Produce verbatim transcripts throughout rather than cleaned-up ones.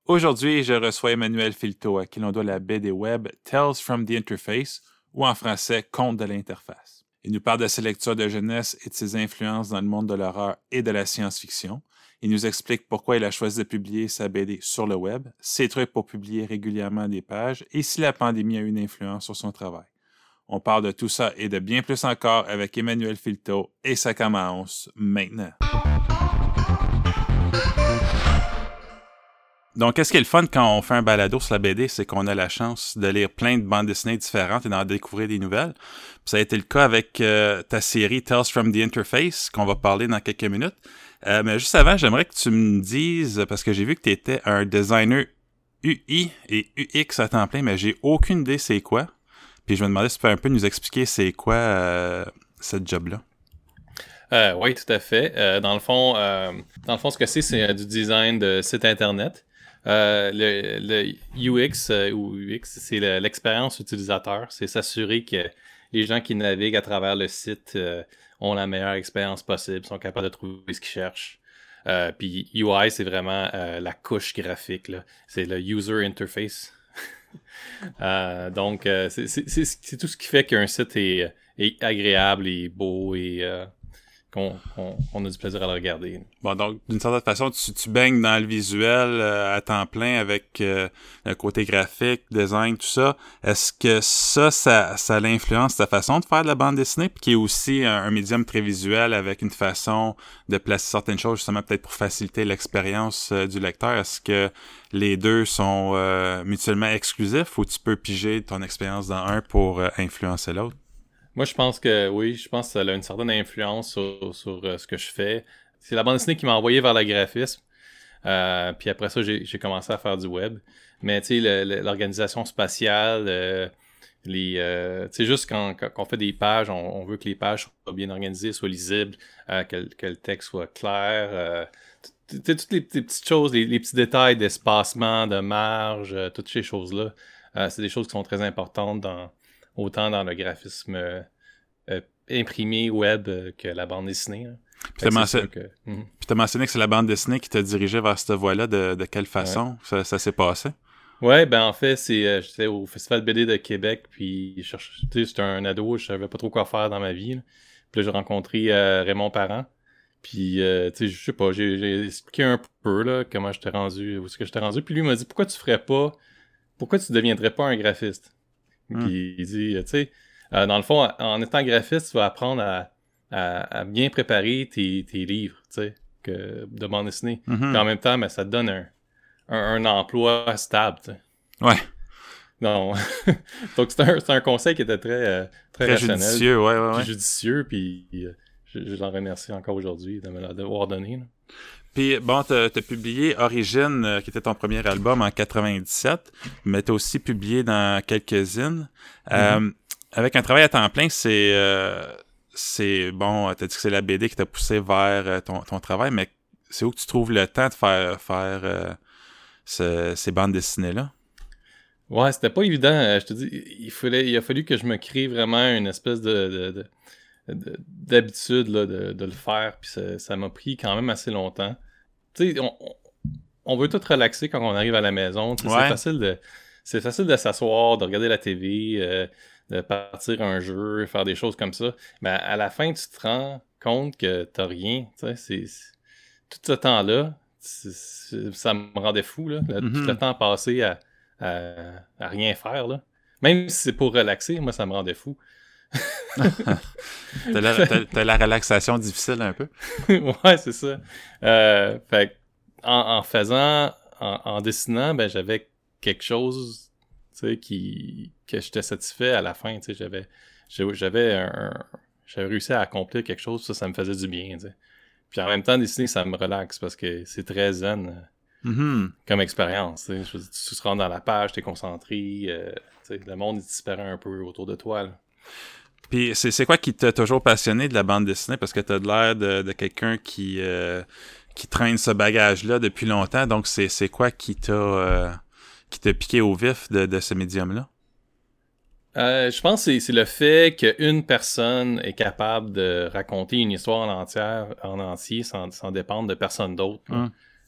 Aujourd'hui, je reçois Emmanuel Filto, à qui l'on doit la B D web Tales from the Interface, ou en français Contes de l'interface. Il nous parle de ses lectures de jeunesse et de ses influences dans le monde de l'horreur et de la science-fiction. Il nous explique pourquoi il a choisi de publier sa B D sur le web, ses trucs pour publier régulièrement des pages et si la pandémie a eu une influence sur son travail. On parle de tout ça et de bien plus encore avec Emmanuel Filto et ça commence maintenant. Donc, qu'est-ce qui est le fun quand on fait un balado sur la B D, c'est qu'on a la chance de lire plein de bandes dessinées différentes et d'en découvrir des nouvelles. Puis ça a été le cas avec euh, ta série Tales from the Interface, qu'on va parler dans quelques minutes. Euh, mais juste avant, j'aimerais que tu me dises, parce que j'ai vu que tu étais un designer U I et U X à temps plein, mais j'ai aucune idée c'est quoi. Puis je me demandais si tu peux un peu nous expliquer c'est quoi euh, cette job-là. Euh, oui, tout à fait. Euh, dans le fond, euh, dans le fond, ce que c'est, c'est euh, du design de site internet. Euh, le, le U X euh, ou U X, c'est le, l'expérience utilisateur. C'est s'assurer que les gens qui naviguent à travers le site euh, ont la meilleure expérience possible, sont capables de trouver ce qu'ils cherchent. Euh, puis U I, c'est vraiment euh, la couche graphique, là. C'est le user interface. euh, donc, euh, c'est, c'est, c'est, c'est tout ce qui fait qu'un site est, est agréable et beau et euh, qu'on, qu'on, qu'on a du plaisir à le regarder. Bon, donc, d'une certaine façon, tu, tu baignes dans le visuel euh, à temps plein avec euh, le côté graphique, design, tout ça. Est-ce que ça, ça, ça l'influence ta façon de faire de la bande dessinée, puis qui est aussi un, un médium très visuel avec une façon de placer certaines choses, justement, peut-être pour faciliter l'expérience euh, du lecteur? Est-ce que les deux sont euh, mutuellement exclusifs ou tu peux piger ton expérience dans un pour euh, influencer l'autre? Moi, je pense que oui, je pense que ça a une certaine influence sur, sur euh, ce que je fais. C'est la bande dessinée qui m'a envoyé vers le graphisme. Euh, puis après ça, j'ai, j'ai commencé à faire du web. Mais tu sais, le, le, l'organisation spatiale, euh, les, euh, tu sais, juste quand, quand on fait des pages, on, on veut que les pages soient bien organisées, soient lisibles, euh, que, que le texte soit clair. Euh, tu sais, toutes les, les petites choses, les, les petits détails d'espacement, de marge, euh, toutes ces choses-là, euh, c'est des choses qui sont très importantes dans autant dans le graphisme euh, euh, imprimé web euh, que la bande dessinée. Hein. Puis t'as, mentionné... que... mm-hmm. mentionné que c'est la bande dessinée qui t'a dirigé vers cette voie-là. De, de quelle façon ouais. ça, ça s'est passé? Ouais, ben en fait, c'est euh, j'étais au Festival B D de Québec, puis je cherchais, tu sais, j'étais un ado, je savais pas trop quoi faire dans ma vie. Là. Puis là, j'ai rencontré euh, Raymond Parent. Puis, euh, tu sais, je sais pas, j'ai, j'ai expliqué un peu là comment j'étais rendu, où est-ce que j'étais rendu. Puis lui m'a dit, pourquoi tu ferais pas, pourquoi tu deviendrais pas un graphiste? Mm. Puis il dit, tu sais, euh, dans le fond, en étant graphiste, tu vas apprendre à, à, à bien préparer tes, tes livres, tu sais, que, de bande dessinée. Mm-hmm. Puis en même temps, ben, ça te donne un, un, un emploi stable, tu sais. Ouais. Non. Donc c'est un, c'est un conseil qui était très, euh, très, très rationnel. Judicieux, ouais, ouais, ouais. Judicieux, puis euh, je, je l'en remercie encore aujourd'hui de me l'avoir donné. Là. Puis, bon, t'as, t'as publié Origine, euh, qui était ton premier album en quatre-vingt-dix-sept, mais t'as aussi publié dans quelques-unes. Euh, mm-hmm. Avec un travail à temps plein, c'est, euh, c'est, bon, t'as dit que c'est la B D qui t'a poussé vers euh, ton, ton travail, mais c'est où que tu trouves le temps de faire, faire euh, ce, ces bandes dessinées-là? Ouais, c'était pas évident. Je te dis, il fallait, il a fallu que je me crée vraiment une espèce de... de, de... d'habitude là, de, de le faire, puis ça, ça m'a pris quand même assez longtemps. Tu sais, on, on veut tout relaxer quand on arrive à la maison. Ouais. C'est facile de c'est facile de s'asseoir, de regarder la T V, euh, de partir un jeu, faire des choses comme ça. Mais à la fin, tu te rends compte que t'as rien. Tu sais, c'est, c'est, tout ce temps-là, c'est, c'est, ça me rendait fou. Là, le, mm-hmm. Tout le temps passé à, à, à rien faire. Là. Même si c'est pour relaxer, moi, ça me rendait fou. t'as, la, t'as, t'as la relaxation difficile un peu. Ouais, c'est ça. Euh, fait en, en faisant, en, en dessinant, ben j'avais quelque chose, tu sais, qui que j'étais satisfait à la fin. Tu sais, j'avais, j'avais un, j'avais réussi à accomplir quelque chose, ça, ça me faisait du bien. Tu sais. Puis en même temps, dessiner, ça me relaxe parce que c'est très zen mm-hmm. comme expérience. Tu sais. Je veux dire, tu te rends dans la page, t'es concentré, euh, tu sais, le monde disparaît un peu autour de toi. Là. Puis c'est, c'est quoi qui t'a toujours passionné de la bande dessinée? Parce que t'as de l'air de, de quelqu'un qui, euh, qui traîne ce bagage-là depuis longtemps. Donc, c'est, c'est quoi qui t'a, euh, qui t'a piqué au vif de, de ce médium-là? Euh, je pense que c'est, c'est le fait qu'une personne est capable de raconter une histoire en entière, en entier, sans, sans dépendre de personne d'autre. Mm.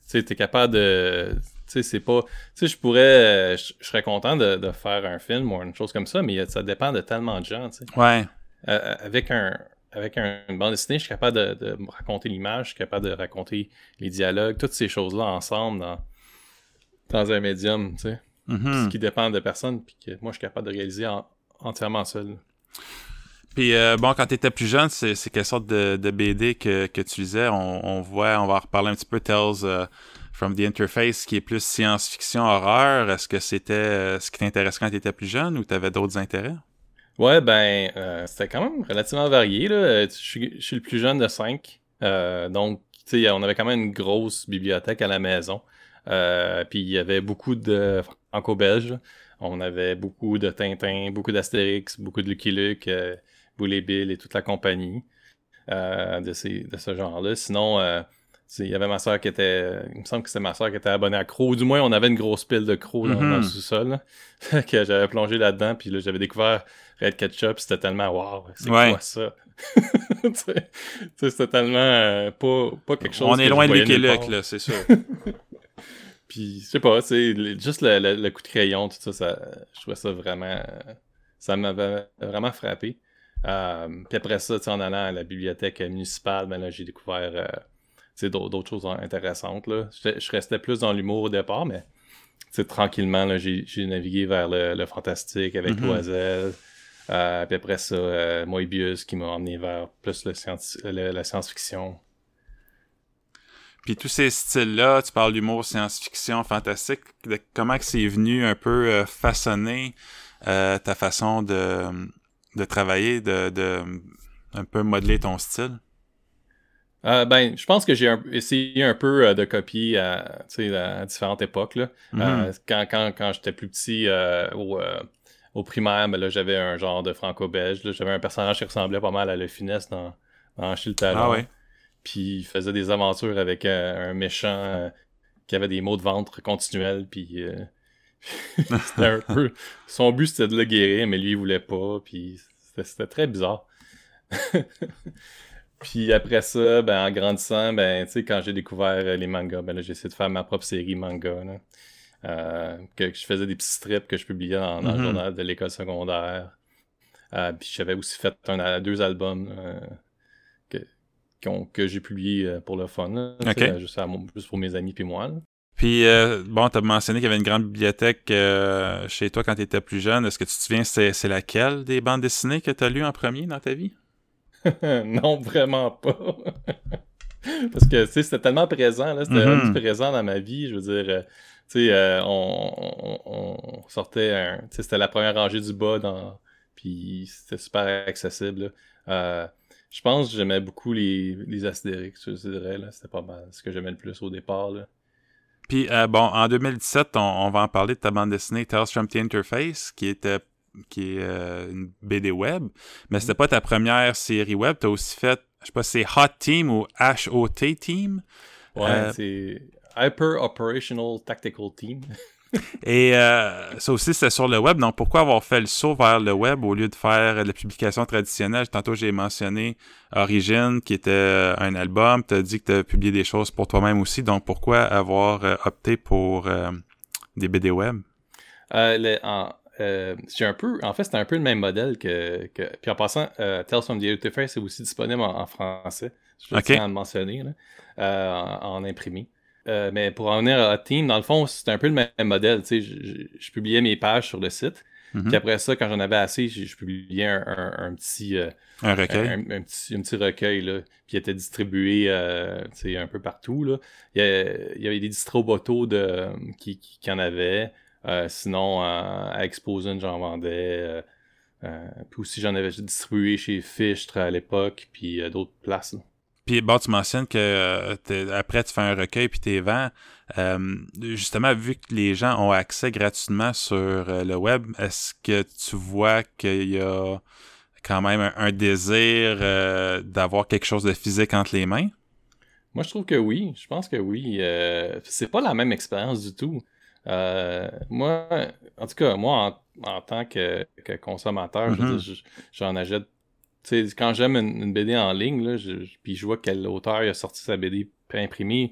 sais, t'es capable de... Tu sais, c'est pas... Tu sais, je pourrais... Je serais content de, de faire un film ou une chose comme ça, mais ça dépend de tellement de gens, tu sais. Ouais. Euh, avec un... Avec un, une bande dessinée, je suis capable de, de raconter l'image, je suis capable de raconter les dialogues, toutes ces choses-là ensemble dans, dans un médium, tu sais. Mm-hmm. Ce qui dépend de personne, puis que moi, je suis capable de réaliser en, entièrement seul. Puis, euh, bon, quand tu étais plus jeune, c'est, c'est quelle sorte de, de B D que, que tu lisais? On, on voit, on va en reparler un petit peu, Tales uh, from the Interface, qui est plus science-fiction, horreur. Est-ce que c'était euh, ce qui t'intéressait quand tu étais plus jeune ou tu avais d'autres intérêts? Ouais, ben, euh, c'était quand même relativement varié, là. Je suis, je suis le plus jeune de cinq. Euh, donc, tu sais, on avait quand même une grosse bibliothèque à la maison. Euh, puis, il y avait beaucoup de franco-belges. On avait beaucoup de Tintin, beaucoup d'Astérix, beaucoup de Lucky Luke, euh, Boule et Bill et toute la compagnie euh, de, ces, de ce genre-là. Sinon, euh, il y avait ma soeur qui était... Il me semble que c'est ma soeur qui était abonnée à Crow. Du moins, on avait une grosse pile de Crow dans, mm-hmm. dans le sous-sol. Là, que j'avais plongé là-dedans. Puis là, j'avais découvert Red Ketchup. C'était tellement « Wow, c'est ouais. quoi ça? » C'était tellement euh, pas, pas quelque chose on est que loin je de Lucky Luke, là, c'est sûr. Puis, je sais pas, c'est juste le, le, le coup de crayon, tout ça, ça je trouvais ça vraiment... Ça m'avait vraiment frappé. Euh, puis après ça, en allant à la bibliothèque municipale, ben là, j'ai découvert euh, d'autres, d'autres choses intéressantes. Là. Je, je restais plus dans l'humour au départ, mais tranquillement, là, j'ai, j'ai navigué vers le, le fantastique avec mm-hmm. Loisel. Euh, puis après ça, euh, Moebius qui m'a emmené vers plus le scienti- le, la science-fiction. Puis tous ces styles-là, tu parles d'humour, science-fiction, fantastique, de, comment que c'est venu un peu euh, façonner euh, ta façon de, de travailler, de, de un peu modeler ton style? Euh, ben, je pense que j'ai un, essayé un peu euh, de copier à, à différentes époques. Là. Mm-hmm. Euh, quand, quand, quand j'étais plus petit, euh, au, euh, au primaire, ben là, j'avais un genre de franco-belge. Là. J'avais un personnage qui ressemblait pas mal à Le Funès dans, dans Achille le Talon. Ah ouais. Puis il faisait des aventures avec euh, un méchant euh, qui avait des maux de ventre continuels. Puis euh, c'était un peu... Son but, c'était de le guérir, mais lui, il voulait pas. Puis c'était, c'était très bizarre. Puis après ça, ben, en grandissant, ben, tu sais, quand j'ai découvert les mangas, ben là, j'ai essayé de faire ma propre série manga, là. Euh, que, que je faisais des petits strips que je publiais dans, dans mm-hmm. le journal de l'école secondaire. Euh, puis j'avais aussi fait un, deux albums euh, que, que j'ai publiés pour le fun, là, okay. juste, à, juste pour mes amis puis moi. Là. Puis, euh, bon, tu as mentionné qu'il y avait une grande bibliothèque euh, chez toi quand tu étais plus jeune. Est-ce que tu te souviens, c'est, c'est laquelle des bandes dessinées que tu as lues en premier dans ta vie? Non, vraiment pas. Parce que, tu sais, c'était tellement présent, là, c'était mm-hmm. omniprésent dans ma vie, je veux dire, euh, tu sais, euh, on, on, on sortait, un, tu sais, c'était la première rangée du bas, dans, puis c'était super accessible, euh, je pense que j'aimais beaucoup les, les Astérix, je dirais, là, c'était pas mal ce que j'aimais le plus au départ, là. Puis, euh, bon, en deux mille dix-sept, on, on va en parler de ta bande dessinée Tales from the Interface, qui était qui est euh, une B D web, mais c'était pas ta première série web. T'as aussi fait, je sais pas si c'est Hot Team ou H O T Team. Ouais, euh, c'est Hyper Operational Tactical Team. Et euh, ça aussi, c'était sur le web. Donc, pourquoi avoir fait le saut vers le web au lieu de faire la publication traditionnelle? Tantôt, j'ai mentionné Origin, qui était un album. T'as dit que t'as publié des choses pour toi-même aussi. Donc, pourquoi avoir euh, opté pour euh, des B D web? Euh, le, en... Euh, j'ai un peu, en fait, c'était un peu le même modèle que. que puis en passant, euh, Tales from the Interface est aussi disponible en, en français. Je okay. tiens à le mentionner, là, euh, en, en imprimé. Euh, mais pour en venir à Team, dans le fond, c'était un peu le même modèle. Tu sais, je, je, je publiais mes pages sur le site. Mm-hmm. Puis après ça, quand j'en avais assez, je, je publiais un, un, un petit. Euh, un recueil. Un, un, un, petit, un petit recueil, là. Puis il était distribué euh, tu sais, un peu partout, là. Il y, a, il y avait des distros de, qui, qui, qui en avaient. Euh, sinon, euh, à Exposen, j'en vendais. Euh, euh, puis aussi, j'en avais distribué chez Fichtre à l'époque, puis euh, d'autres places. Là. Puis bon, tu mentionnes que euh, après, tu fais un recueil puis tu vends. Euh, justement, vu que les gens ont accès gratuitement sur euh, le web, est-ce que tu vois qu'il y a quand même un, un désir euh, d'avoir quelque chose de physique entre les mains? Moi, je trouve que oui. Je pense que oui. Euh, c'est pas la même expérience du tout. Euh, moi, en tout cas, moi, en, en tant que, que consommateur, mm-hmm. je veux dire, j'en achète. Tu sais, quand j'aime une, une B D en ligne, là, je, je, puis je vois quel auteur a sorti sa B D imprimée,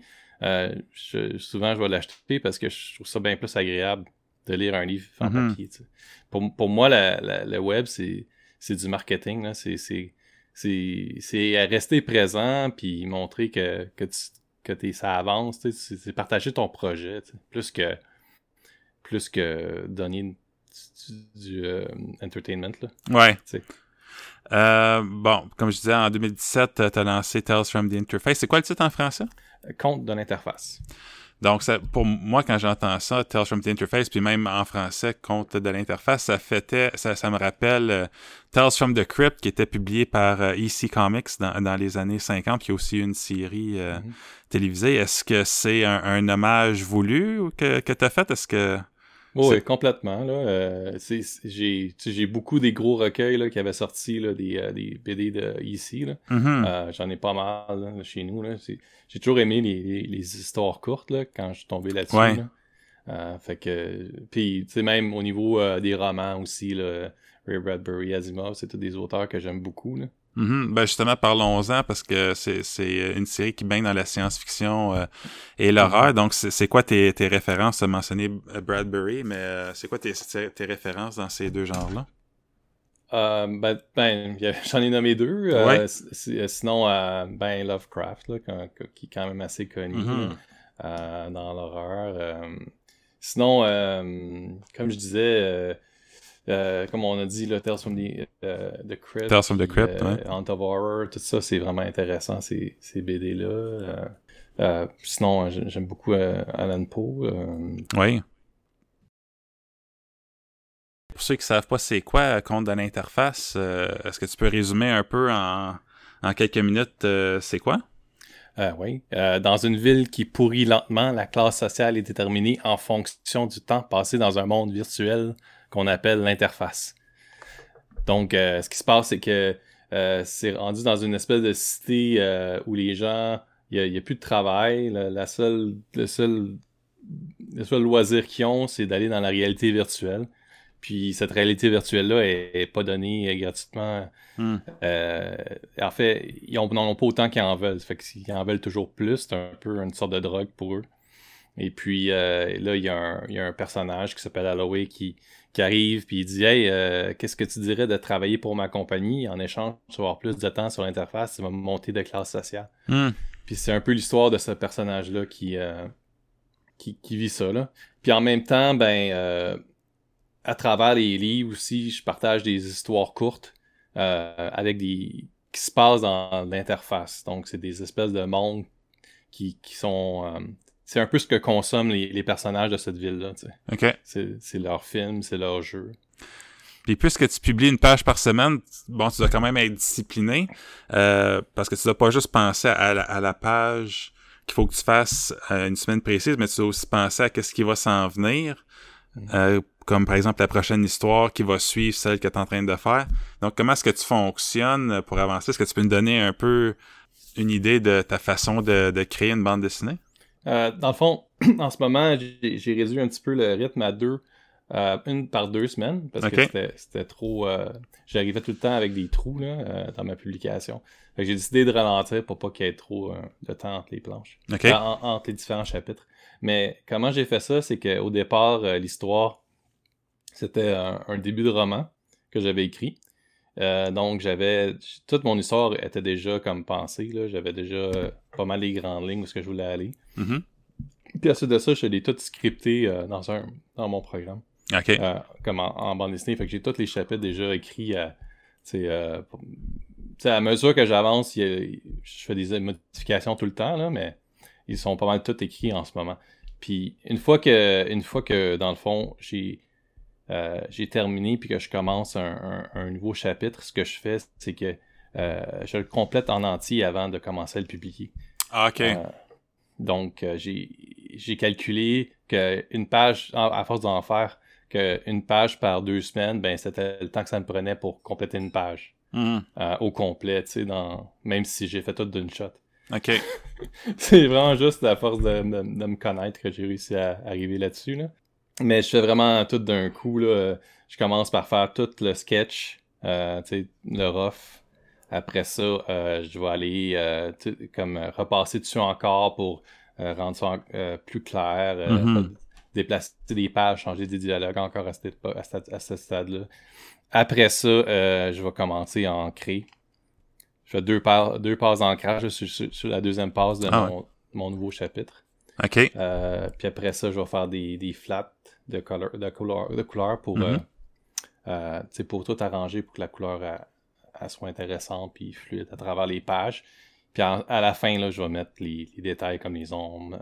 euh, je, souvent je vais l'acheter parce que je trouve ça bien plus agréable de lire un livre en Mm-hmm. papier. Tu sais. Pour, pour moi, la, la, le web, c'est, c'est du marketing. Là. C'est, c'est, c'est, c'est rester présent puis montrer que, que, tu, que t'es, ça avance. Tu sais. c'est, c'est partager ton projet. Tu sais. Plus que plus que donner du, du euh, entertainment. Là. Ouais. Tu sais. Euh, bon, comme je disais, en deux mille dix-sept, tu as lancé Tales from the Interface. C'est quoi le titre en français? Compte de l'interface. Donc, ça, pour moi, quand j'entends ça, Tales from the Interface, puis même en français, Compte de l'interface, ça fêtait, ça, ça me rappelle euh, Tales from the Crypt, qui était publié par euh, E C Comics dans, dans les années cinquante, qui a aussi une série euh, mm-hmm. télévisée. Est-ce que c'est un, un hommage voulu que, que tu as fait? Est-ce que... Oh, oui, complètement. Là. Euh, c'est, c'est, j'ai, j'ai beaucoup des gros recueils là, qui avaient sorti là, des, euh, des B D de ici. Là. Mm-hmm. Euh, j'en ai pas mal là, chez nous. Là. C'est, j'ai toujours aimé les, les, les histoires courtes là, quand je suis tombé là-dessus. Ouais. Là. Euh, fait que, puis, tu sais, même au niveau euh, des romans aussi, là, Ray Bradbury, Asimov, c'est tous des auteurs que j'aime beaucoup. Là. Mm-hmm. Ben justement, parlons-en parce que c'est, c'est une série qui baigne dans la science-fiction euh, et l'horreur. Mm-hmm. Donc, c'est, c'est quoi tes, tes références? Tu as mentionné Bradbury, mais euh, c'est quoi tes, tes références dans ces deux genres-là? Euh, ben, ben, j'en ai nommé deux. Euh, ouais. c- sinon, euh, ben, Lovecraft, là, quand, qui est quand même assez connu mm-hmm. là, euh, dans l'horreur. Euh, sinon, euh, comme je disais... Euh, Euh, comme on a dit, là, Tales from the, uh, the Crypt, Tales from the Crypt, euh, ouais. Haunt of Horror, tout ça, c'est vraiment intéressant, ces, ces B D-là. Euh, euh, sinon, j'aime beaucoup euh, Alan Poe. Euh... Oui. Pour ceux qui ne savent pas c'est quoi Compte de l'interface, euh, est-ce que tu peux résumer un peu en, en quelques minutes euh, c'est quoi? Euh, oui. Euh, dans une ville qui pourrit lentement, la classe sociale est déterminée en fonction du temps passé dans un monde virtuel qu'on appelle l'interface. Donc, euh, ce qui se passe, c'est que euh, c'est rendu dans une espèce de cité euh, où les gens, il n'y a, a plus de travail. La, la seule, le seul, le seul loisir qu'ils ont, c'est d'aller dans la réalité virtuelle. Puis cette réalité virtuelle-là est, est pas donnée gratuitement. Mm. Euh, en fait, ils n'en ont pas autant qu'ils en veulent. Fait qu'ils en veulent toujours plus. C'est un peu une sorte de drogue pour eux. Et puis euh, là, il y, y a un personnage qui s'appelle Holloway qui, qui arrive puis il dit « Hey, euh, qu'est-ce que tu dirais de travailler pour ma compagnie? En échange, tu vas avoir plus de temps sur l'interface, tu vas monter de classe sociale. Mm. » Puis c'est un peu l'histoire de ce personnage-là qui, euh, qui, qui vit ça. Là. Puis en même temps, ben euh, à travers les livres aussi, je partage des histoires courtes euh, avec des qui se passent dans l'interface. Donc, c'est des espèces de mondes qui, qui sont... Euh, c'est un peu ce que consomment les, les personnages de cette ville-là. Tu sais. OK. C'est, c'est leur film, c'est leur jeu. Puis puisque tu publies une page par semaine, bon, tu dois quand même être discipliné euh, parce que tu dois pas juste penser à la, à la page qu'il faut que tu fasses à une semaine précise, mais tu dois aussi penser à ce qui va s'en venir, mm-hmm. euh, comme par exemple la prochaine histoire qui va suivre celle que tu es en train de faire. Donc, comment est-ce que tu fonctionnes pour avancer? Est-ce que tu peux nous donner un peu une idée de ta façon de, de créer une bande dessinée? Euh, dans le fond, en ce moment, j'ai, j'ai réduit un petit peu le rythme à deux, euh, une par deux semaines, parce okay. que c'était, c'était trop... Euh, j'arrivais tout le temps avec des trous là, euh, dans ma publication. Fait que j'ai décidé de ralentir pour pas qu'il y ait trop euh, de temps entre les planches, okay. euh, en, entre les différents chapitres. Mais comment j'ai fait ça, c'est qu'au départ, euh, l'histoire, c'était un, un début de roman que j'avais écrit. Euh, donc, j'avais... Toute mon histoire était déjà comme pensée, là. J'avais déjà euh, pas mal les grandes lignes où ce que je voulais aller. Mm-hmm. Puis à suite de ça, je l'ai tout scripté euh, dans un dans mon programme. OK. Euh, comme en, en bande dessinée. Fait que j'ai tous les chapitres déjà écrits à... Euh, pour, à mesure que j'avance, y a, je fais des modifications tout le temps, là, mais ils sont pas mal tous écrits en ce moment. Puis une fois que, une fois que dans le fond, j'ai... Euh, j'ai terminé puis que je commence un, un, un nouveau chapitre, ce que je fais, c'est que euh, je le complète en entier avant de commencer à le publier. Ah, OK. Euh, donc, euh, j'ai, j'ai calculé qu'une page, à force d'en faire, qu'une page par deux semaines, ben c'était le temps que ça me prenait pour compléter une page. Mm. Euh, au complet, tu sais, dans... même si j'ai fait tout d'une shot. OK. C'est vraiment juste à force de, de, de me connaître que j'ai réussi à arriver là-dessus, là. Mais je fais vraiment tout d'un coup, là. Je commence par faire tout le sketch, euh, tu sais, le rough. Après ça, euh, je vais aller euh, comme repasser dessus encore pour euh, rendre ça en- euh, plus clair, euh, Mm-hmm. déplacer des pages, changer des dialogues encore à, cette, à, cette, à ce stade-là. Après ça, euh, je vais commencer à ancrer. Je fais deux, pa- deux passes d'ancrage sur, sur, sur la deuxième passe de Ah ouais. mon, mon nouveau chapitre. OK. Euh, puis après ça, je vais faire des, des flats de couleur, de couleur, de couleur pour, Mm-hmm. euh, euh, pour tout arranger pour que la couleur elle, elle soit intéressante puis fluide à travers les pages. Puis en, à la fin, là, je vais mettre les, les détails comme les ombres,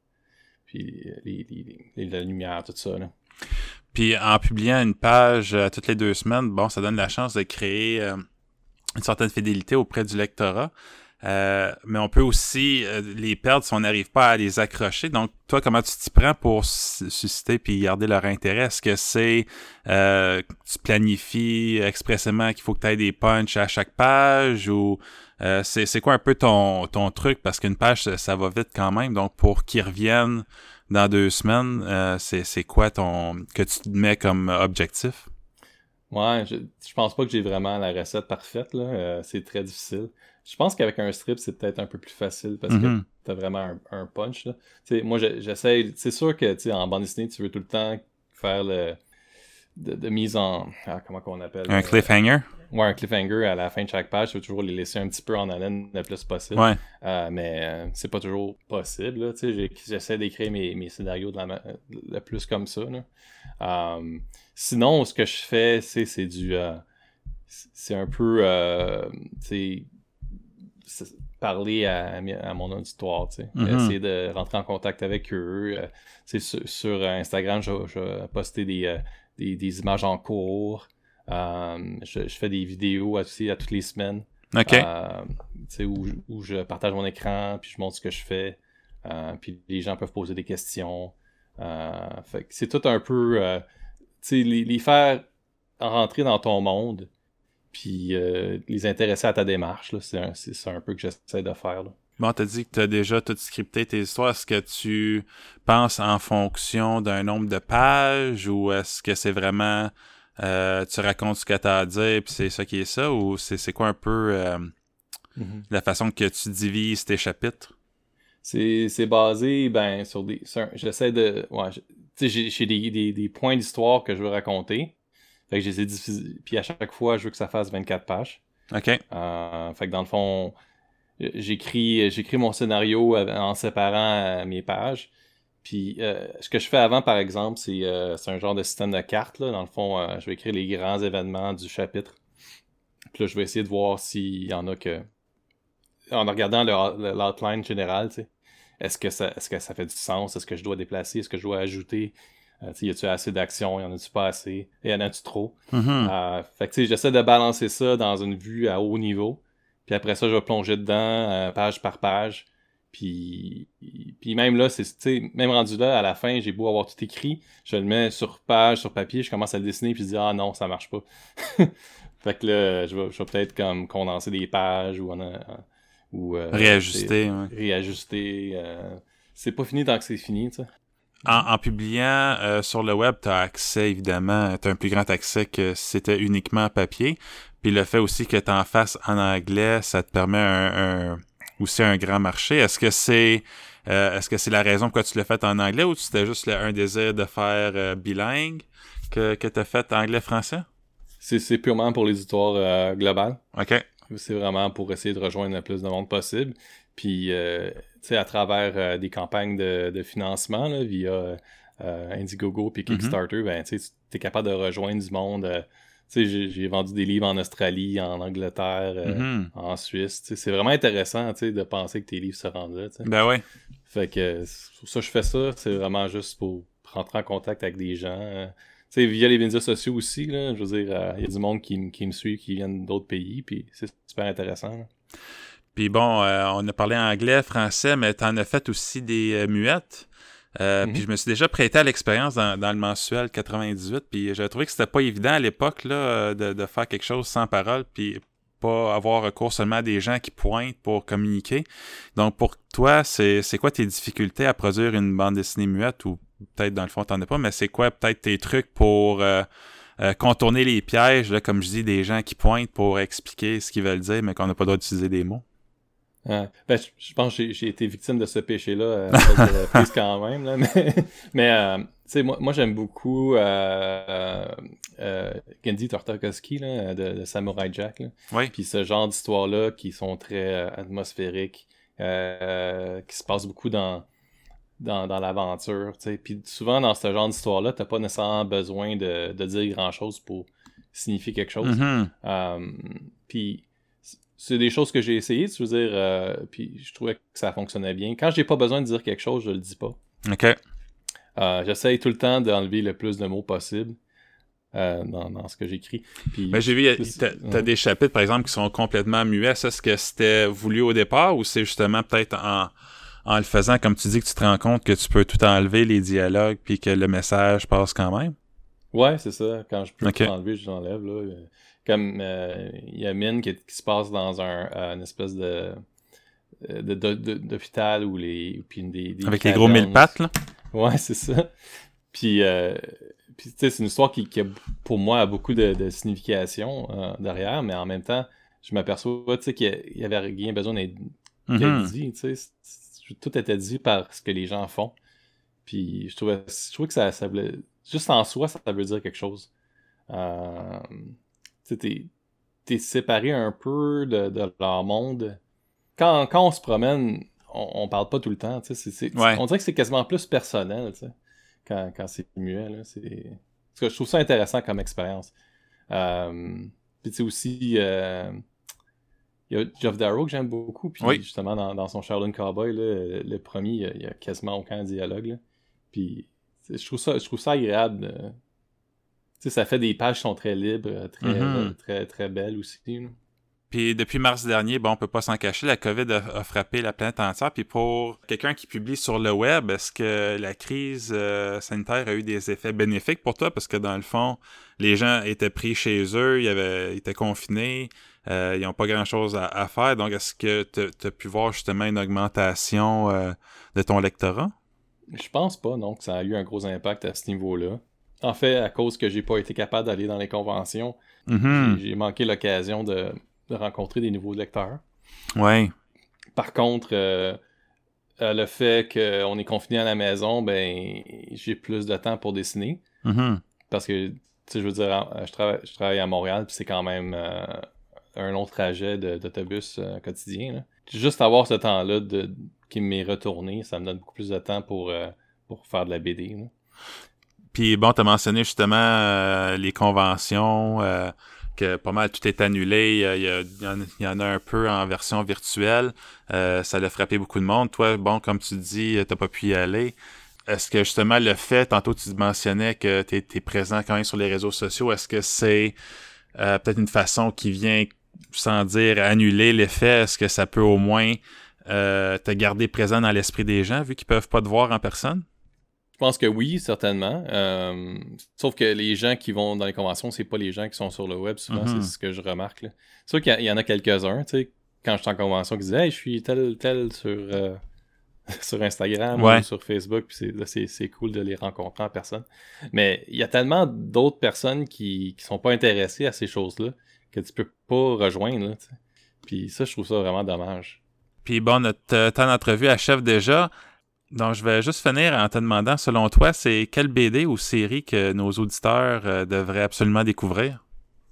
puis les, les, les, la lumière, tout ça. Là. Puis en publiant une page euh, toutes les deux semaines, bon, ça donne la chance de créer euh, une certaine fidélité auprès du lectorat. Euh, mais on peut aussi euh, les perdre si on n'arrive pas à les accrocher. Donc, toi, comment tu t'y prends pour susciter puis garder leur intérêt? Est-ce que c'est euh, tu planifies expressément qu'il faut que tu aies des punchs à chaque page ou euh, c'est, c'est quoi un peu ton, ton truc? Parce qu'une page, ça, ça va vite quand même. Donc, pour qu'ils reviennent dans deux semaines, euh, c'est, c'est quoi ton que tu te mets comme objectif? Ouais, je, je pense pas que j'ai vraiment la recette parfaite, là. Euh, c'est très difficile. Je pense qu'avec un strip, c'est peut-être un peu plus facile parce Mm-hmm. que t'as vraiment un, un punch, là. Tu sais, moi, je- j'essaie... C'est sûr que, tu sais, en bande dessinée, tu veux tout le temps faire le... De, de mise en... Ah, comment qu'on appelle? Un euh, cliffhanger? Ouais, un cliffhanger à la fin de chaque page. Tu veux toujours les laisser un petit peu en haleine le plus possible. Ouais. Euh, mais euh, c'est pas toujours possible, là. Tu sais, j'ai- j'essaie d'écrire mes, mes scénarios de la, ma- le plus comme ça, là. Euh, sinon, ce que je fais, c'est, c'est du... euh, c'est un peu... Euh, tu sais, parler à, à mon auditoire, tu sais. Mm-hmm. Essayer de rentrer en contact avec eux. Euh, tu sais, sur, sur Instagram, je, je vais poster des, euh, des, des images en cours. Euh, je, je fais des vidéos aussi à toutes les semaines. OK. Euh, tu sais, où, où je partage mon écran, puis je montre ce que je fais. Euh, puis les gens peuvent poser des questions. Euh, fait que c'est tout un peu... Euh, tu sais, les, les faire rentrer dans ton monde, puis euh, les intéresser à ta démarche, là, c'est, un, c'est ça un peu que j'essaie de faire. Là. Bon, t'as dit que t'as déjà tout scripté tes histoires. Est-ce que tu penses en fonction d'un nombre de pages ou est-ce que c'est vraiment euh, tu racontes ce que t'as à dire puis c'est ça qui est ça ou c'est, c'est quoi un peu euh, Mm-hmm. la façon que tu divises tes chapitres? C'est, c'est basé ben sur des. Sur un, j'essaie de. Ouais, tu sais, j'ai, j'ai des, des, des points d'histoire que je veux raconter. Fait que je les ai diffusés. Puis à chaque fois, je veux que ça fasse vingt-quatre pages. OK. Euh, fait que dans le fond, j'écris, j'écris mon scénario en séparant euh, mes pages. Puis euh, ce que je fais avant, par exemple, c'est, euh, c'est un genre de système de cartes. Là. Dans le fond, euh, je vais écrire les grands événements du chapitre. Puis là, je vais essayer de voir s'il y en a que... En regardant le, le, l'outline général, tu sais, est-ce que, ça, est-ce que ça fait du sens? Est-ce que je dois déplacer? Est-ce que je dois ajouter? Euh, y a-tu assez d'action? Y en a-tu pas assez? Y en a-tu trop? Mm-hmm. Euh, fait que tu sais, j'essaie de balancer ça dans une vue à haut niveau. Puis après ça, je vais plonger dedans, euh, page par page. Puis, puis même là, c'est, tu sais, même rendu là, à la fin, j'ai beau avoir tout écrit, je le mets sur page, sur papier, je commence à le dessiner, puis je dis « Ah non, ça marche pas. » Fait que là, je vais, je vais peut-être comme condenser des pages ou... En, euh, ou euh, Réajuster. Ouais. Réajuster. Euh, c'est pas fini tant que c'est fini, tu sais. En, en publiant euh, sur le web, tu as accès, évidemment, tu as un plus grand accès que si c'était uniquement papier. Puis le fait aussi que tu en fasses en anglais, ça te permet un, un, aussi un grand marché. Est-ce que c'est euh, est-ce que c'est la raison pourquoi tu l'as fait en anglais ou c'était juste le, un désir de faire euh, bilingue que, que tu as fait anglais-français? C'est, c'est purement pour l'auditoire euh, global. OK. C'est vraiment pour essayer de rejoindre le plus de monde possible. Puis, euh, tu sais, à travers euh, des campagnes de, de financement, là, via euh, Indiegogo puis Kickstarter, mm-hmm. ben, tu sais, t'es capable de rejoindre du monde. Euh, tu sais, j'ai, j'ai vendu des livres en Australie, en Angleterre, euh, mm-hmm. en Suisse. Tu sais, c'est vraiment intéressant, tu sais, de penser que tes livres se rendent là, tu sais. Ben ouais. Fait que, c'est pour ça que je fais ça. C'est vraiment juste pour rentrer en contact avec des gens. Euh, tu sais, via les médias sociaux aussi, là, je veux dire, il euh, y a du monde qui, qui me suit, qui viennent d'autres pays, puis c'est super intéressant. Là. Puis bon, euh, on a parlé anglais, français, mais t'en as fait aussi des euh, muettes. Euh, mm-hmm. Puis je me suis déjà prêté à l'expérience dans, dans le mensuel quatre-vingt-dix-huit, puis j'ai trouvé que c'était pas évident à l'époque là de, de faire quelque chose sans parole, puis pas avoir recours seulement à des gens qui pointent pour communiquer. Donc pour toi, c'est, c'est quoi tes difficultés à produire une bande dessinée muette, ou peut-être dans le fond t'en as pas, mais c'est quoi peut-être tes trucs pour euh, euh, contourner les pièges, là, comme je dis, des gens qui pointent pour expliquer ce qu'ils veulent dire, mais qu'on n'a pas le droit d'utiliser des mots? Euh, ben, je, je pense que j'ai, j'ai été victime de ce péché-là euh, de prise quand même. Là, mais mais euh, tu sais, moi, moi j'aime beaucoup euh, euh, Genndy Tartakovsky là, de, de Samurai Jack. Là. Oui. Puis ce genre d'histoires-là qui sont très euh, atmosphériques, euh, qui se passent beaucoup dans, dans, dans l'aventure. Tu sais. Puis souvent, dans ce genre d'histoire-là, t'as pas nécessairement besoin de, de dire grand-chose pour signifier quelque chose. Mm-hmm. Euh, puis c'est des choses que j'ai essayé, tu veux dire, euh, puis je trouvais que ça fonctionnait bien. Quand j'ai pas besoin de dire quelque chose, je le dis pas. OK. Euh, j'essaye tout le temps d'enlever le plus de mots possible euh, dans, dans ce que j'écris. Puis, ben, j'ai vu, t'as, t'as des chapitres, par exemple, qui sont complètement muets. Est-ce que c'était voulu au départ ou c'est justement peut-être en, en le faisant, comme tu dis, que tu te rends compte que tu peux tout enlever, les dialogues, puis que le message passe quand même? Ouais, c'est ça. Quand je peux okay. tout enlever, je l'enlève, là. Comme il euh, y a Mine qui, qui se passe dans un euh, une espèce de, de, de, de d'hôpital où les puis des, des avec cavernes. Les gros mille pattes là. Ouais, c'est ça. Puis euh, puis tu sais c'est une histoire qui, qui a, pour moi a beaucoup de, de signification euh, derrière, mais en même temps je m'aperçois tu sais qu'il y avait rien besoin d'être mm-hmm. dit, tu sais tout était dit par ce que les gens font. Puis je trouvais je trouvais que ça ça voulait juste en soi ça veut dire quelque chose. Euh, Tu t'es, t'es séparé un peu de, de leur monde. Quand, quand on se promène, on, on parle pas tout le temps. C'est, c'est, ouais. On dirait que c'est quasiment plus personnel quand, quand c'est muet. Là, c'est... Parce que je trouve ça intéressant comme expérience. Euh, puis tu sais aussi, il euh, y a Geoff Darrow que j'aime beaucoup. Puis oui. justement, dans, dans son Shaolin Cowboy, là, le premier, il y, a, y a quasiment aucun dialogue. Là. Puis je trouve ça, je trouve ça agréable. De, Tu sais, ça fait des pages qui sont très libres, très, mm-hmm. très, très, très belles aussi. Là. Puis depuis mars dernier, bon, on peut pas s'en cacher, la COVID a, a frappé la planète entière. Puis pour quelqu'un qui publie sur le web, est-ce que la crise euh, sanitaire a eu des effets bénéfiques pour toi? Parce que dans le fond, les gens étaient pris chez eux, ils, avaient, ils étaient confinés, euh, ils n'ont pas grand-chose à, à faire. Donc, est-ce que tu as pu voir justement une augmentation euh, de ton lectorat? Je pense pas, non, que ça a eu un gros impact à ce niveau-là. En fait, à cause que j'ai pas été capable d'aller dans les conventions, mm-hmm. j'ai, j'ai manqué l'occasion de, de rencontrer des nouveaux lecteurs. Ouais. Par contre, euh, le fait qu'on est confiné à la maison, ben j'ai plus de temps pour dessiner. Mm-hmm. Parce que, tu sais, je veux dire, je travaille, je travaille à Montréal, puis c'est quand même euh, un long trajet de, d'autobus euh, quotidien. Là. Juste avoir ce temps-là de, qui m'est retourné, ça me donne beaucoup plus de temps pour, euh, pour faire de la B D. Là. Puis bon, tu as mentionné justement euh, les conventions, euh, que pas mal tout est annulé. Il y, a, il, y en, il y en a un peu en version virtuelle. Euh, ça l'a frappé beaucoup de monde. Toi, bon, comme tu dis, t'as pas pu y aller. Est-ce que justement le fait, tantôt tu mentionnais que tu es présent quand même sur les réseaux sociaux, est-ce que c'est euh, peut-être une façon qui vient, sans dire annuler l'effet, est-ce que ça peut au moins euh, te garder présent dans l'esprit des gens, vu qu'ils peuvent pas te voir en personne? Je pense que oui, certainement. Euh, sauf que les gens qui vont dans les conventions, c'est pas les gens qui sont sur le web. Souvent, mm-hmm. c'est ce que je remarque. Là. C'est sûr qu'il y, y en a quelques-uns, tu sais, quand je suis en convention, qui disent « Hey, je suis tel, tel sur, euh, sur Instagram ouais. ou sur Facebook. » Puis c'est, là, c'est, c'est cool de les rencontrer en personne. Mais il y a tellement d'autres personnes qui, qui sont pas intéressées à ces choses-là que tu peux pas rejoindre. Là, puis ça, je trouve ça vraiment dommage. Puis bon, notre temps d'entrevue achève déjà. Donc, je vais juste finir en te demandant, selon toi, c'est quelle B D ou série que nos auditeurs euh, devraient absolument découvrir?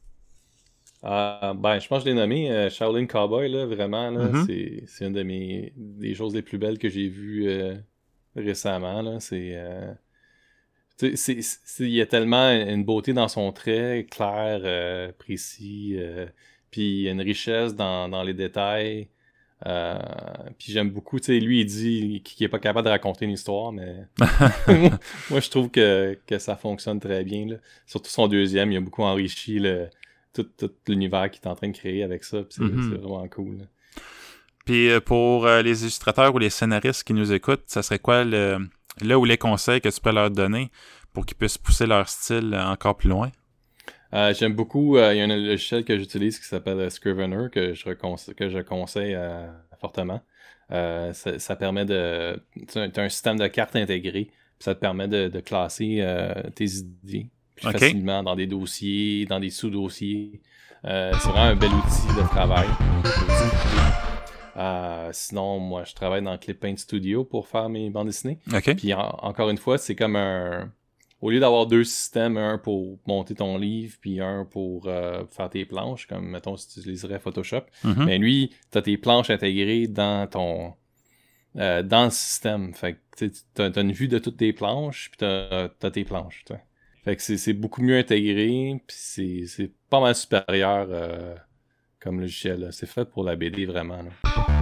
Euh, ben, je pense que je l'ai nommé euh, Shaolin Cowboy, là, vraiment. Là, mm-hmm. c'est, c'est une de mes des choses les plus belles que j'ai vues euh, récemment. Là. C'est, euh, c'est, c'est, c'est, il y a tellement une beauté dans son trait, clair, euh, précis, euh, puis une richesse dans, dans les détails. Euh, puis j'aime beaucoup, tu sais, lui il dit qu'il est pas capable de raconter une histoire, mais moi je trouve que, que ça fonctionne très bien, là. Surtout son deuxième, il a beaucoup enrichi le, tout, tout l'univers qu'il est en train de créer avec ça, puis c'est, mm-hmm. c'est vraiment cool. Là. Puis pour euh, les illustrateurs ou les scénaristes qui nous écoutent, ça serait quoi le, là où les conseils que tu peux leur donner pour qu'ils puissent pousser leur style encore plus loin? Euh, j'aime beaucoup, euh, il y a un logiciel que j'utilise qui s'appelle Scrivener, que je, reconse- que je conseille euh, fortement. Euh, ça, ça permet de... Tu as un système de cartes intégré, puis ça te permet de, de classer euh, tes idées plus okay. facilement dans des dossiers, dans des sous-dossiers. Euh, c'est vraiment un bel outil de travail. Euh, sinon, moi, je travaille dans Clip Paint Studio pour faire mes bandes dessinées. OK. Puis en- encore une fois, c'est comme un... Au lieu d'avoir deux systèmes, un pour monter ton livre, puis un pour euh, faire tes planches, comme, mettons, si tu utiliserais Photoshop, Mhm. mais lui, t'as tes planches intégrées dans ton... euh, dans le système. Fait que, tu sais, t'as, t'as une vue de toutes tes planches, puis t'as, t'as tes planches, tu sais. Fait que c'est, c'est beaucoup mieux intégré, puis c'est, c'est pas mal supérieur euh, comme logiciel, là. C'est fait pour la B D, vraiment, là.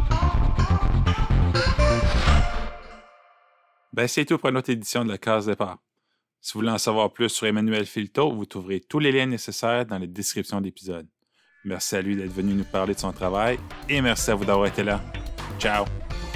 Ben, c'est tout pour une autre édition de la Case Départ. Si vous voulez en savoir plus sur Emmanuel Filto, vous trouverez tous les liens nécessaires dans la description de l'épisode. Merci à lui d'être venu nous parler de son travail et merci à vous d'avoir été là. Ciao!